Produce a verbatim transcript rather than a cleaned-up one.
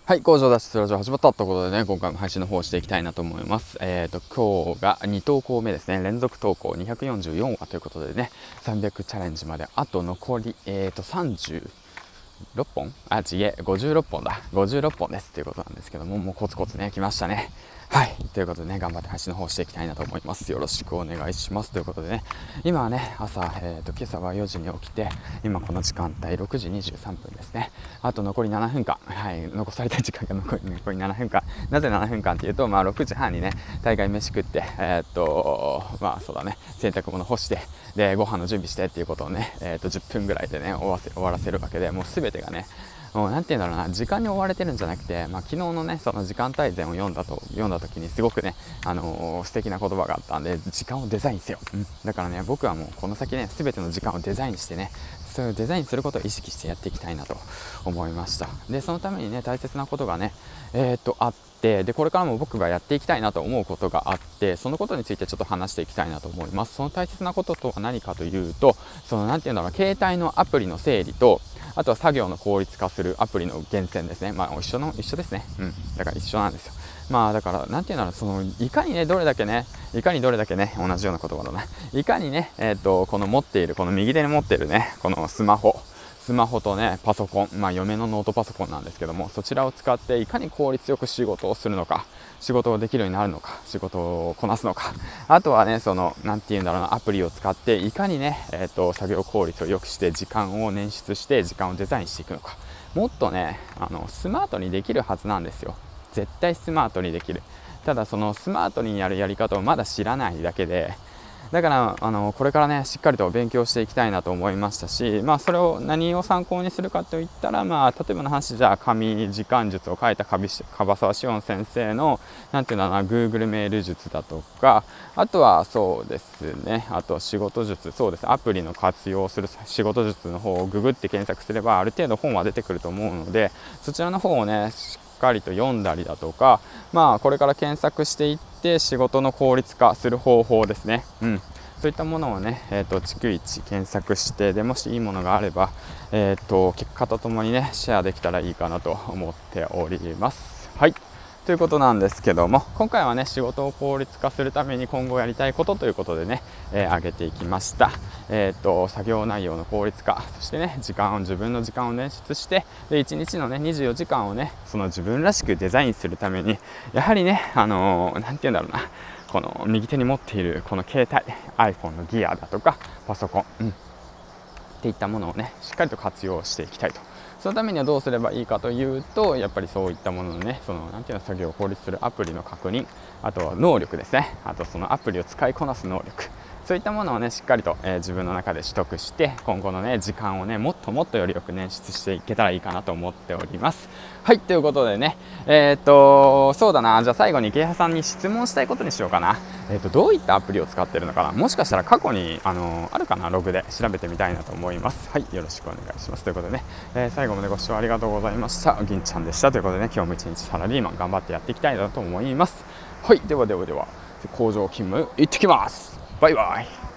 はい、工場脱出ラジオ始まったということでね、今回も配信の方をしていきたいなと思います。えっと、今日がに投稿目ですね。連続投稿にひゃくよんじゅうよんわということでね、さんびゃくチャレンジまであと残り、えっと、さんじゅうろっぽんあ、ちげえ、ごじゅうろっぽんだ。ごじゅうろっぽんですということなんですけども、もうコツコツね、来ましたね。はい。ということでね、頑張って配信の方をしていきたいなと思います。よろしくお願いします。ということでね、今はね、朝、えーと、今朝はよじに起きて、今この時間帯ろくじにじゅうさんぷんですね。あと残りななふんかん。はい。残された時間が残り、残りななふんかん。なぜななふんかんっていうと、まあろくじはんにね、大概飯食って、えっと、まあそうだね、洗濯物干して、で、ご飯の準備してっていうことをね、えっと、じゅっぷんぐらいでね、終わせ、終わらせるわけで、もう全てがね、もうなんていうんだろうな、時間に追われてるんじゃなくて、まあ、昨日のね、その時間帯前を読んだと、読んだ時にすごくね、あのー、素敵な言葉があったんで、時間をデザインせよ。うん。だからね、僕はもうこの先ね、全ての時間をデザインしてね、そういうデザインすることを意識してやっていきたいなと思いました。で、そのためにね、大切なことがね、えー、っと、あって、で、これからも僕がやっていきたいなと思うことがあって、そのことについてちょっと話していきたいなと思います。その大切なこととは何かというと、その、なんていうんだろう、携帯のアプリの整理と、あとは作業の効率化するアプリの厳選ですね。まあ一緒の一緒ですね。うん。だから一緒なんですよ。まあだからなんていうんだろう、そのいかにねどれだけねいかにどれだけね同じような言葉だな。いかにねえっとこの持っているこの右手に持っているねこのスマホ。スマホとねパソコン、まあ嫁のノートパソコンなんですけども、そちらを使っていかに効率よく仕事をするのか、仕事をできるようになるのか、仕事をこなすのか、あとはねそのなんていうんだろうな、アプリを使っていかにねえっと作業効率を良くして時間を捻出して時間をデザインしていくのか、もっとねあのスマートにできるはずなんですよ。絶対スマートにできる。ただそのスマートにやるやり方をまだ知らないだけで、だからあのこれからねしっかりと勉強していきたいなと思いましたし、まあそれを何を参考にするかといったら、まあ例えばの話じゃあ紙時間術を書いた樺沢志音先生のなんていうのかな Google メール術だとか、あとはそうですね、あと仕事術、そうです、アプリの活用する仕事術の方をググって検索すればある程度本は出てくると思うので、そちらの方をねしっかりと読んだりだとか、まあこれから検索していって仕事の効率化する方法ですね。うん。そういったものをね、えーと、逐一検索して、でもしいいものがあれば、えーと、結果とともにね、シェアできたらいいかなと思っております。はい。ということなんですけども、今回はね、仕事を効率化するために今後やりたいことということでね、えー、挙げていきました。えーと、作業内容の効率化、そしてね、時間を、自分の時間を捻出して、で、いちにちのね、にじゅうよじかんをね、その自分らしくデザインするために、やはりね、あのー、なんて言うんだろうな、この右手に持っているこの携帯 iPhone のギアだとかパソコン、うん、っていったものをねしっかりと活用していきたいと。そのためにはどうすればいいかというと、やっぱりそういったもののね、そのなんていうの、作業を効率するアプリの確認、あとは能力ですね、あとそのアプリを使いこなす能力、そういったものをねしっかりと、えー、自分の中で取得して、今後のね時間をねもっともっとよりよく捻出していけたらいいかなと思っております。はい、ということでね、えー、っとそうだな、じゃあ最後に池谷さんに質問したいことにしようかな。えー、っとどういったアプリを使ってるのかな、もしかしたら過去にあのー、あるかな、ログで調べてみたいなと思います。はい、よろしくお願いしますということでね、えー、最後までご視聴ありがとうございました。銀ちゃんでしたということでね、今日も一日サラリーマン頑張ってやっていきたいなと思います。はい、ではではでは工場勤務行ってきます。バイバイ。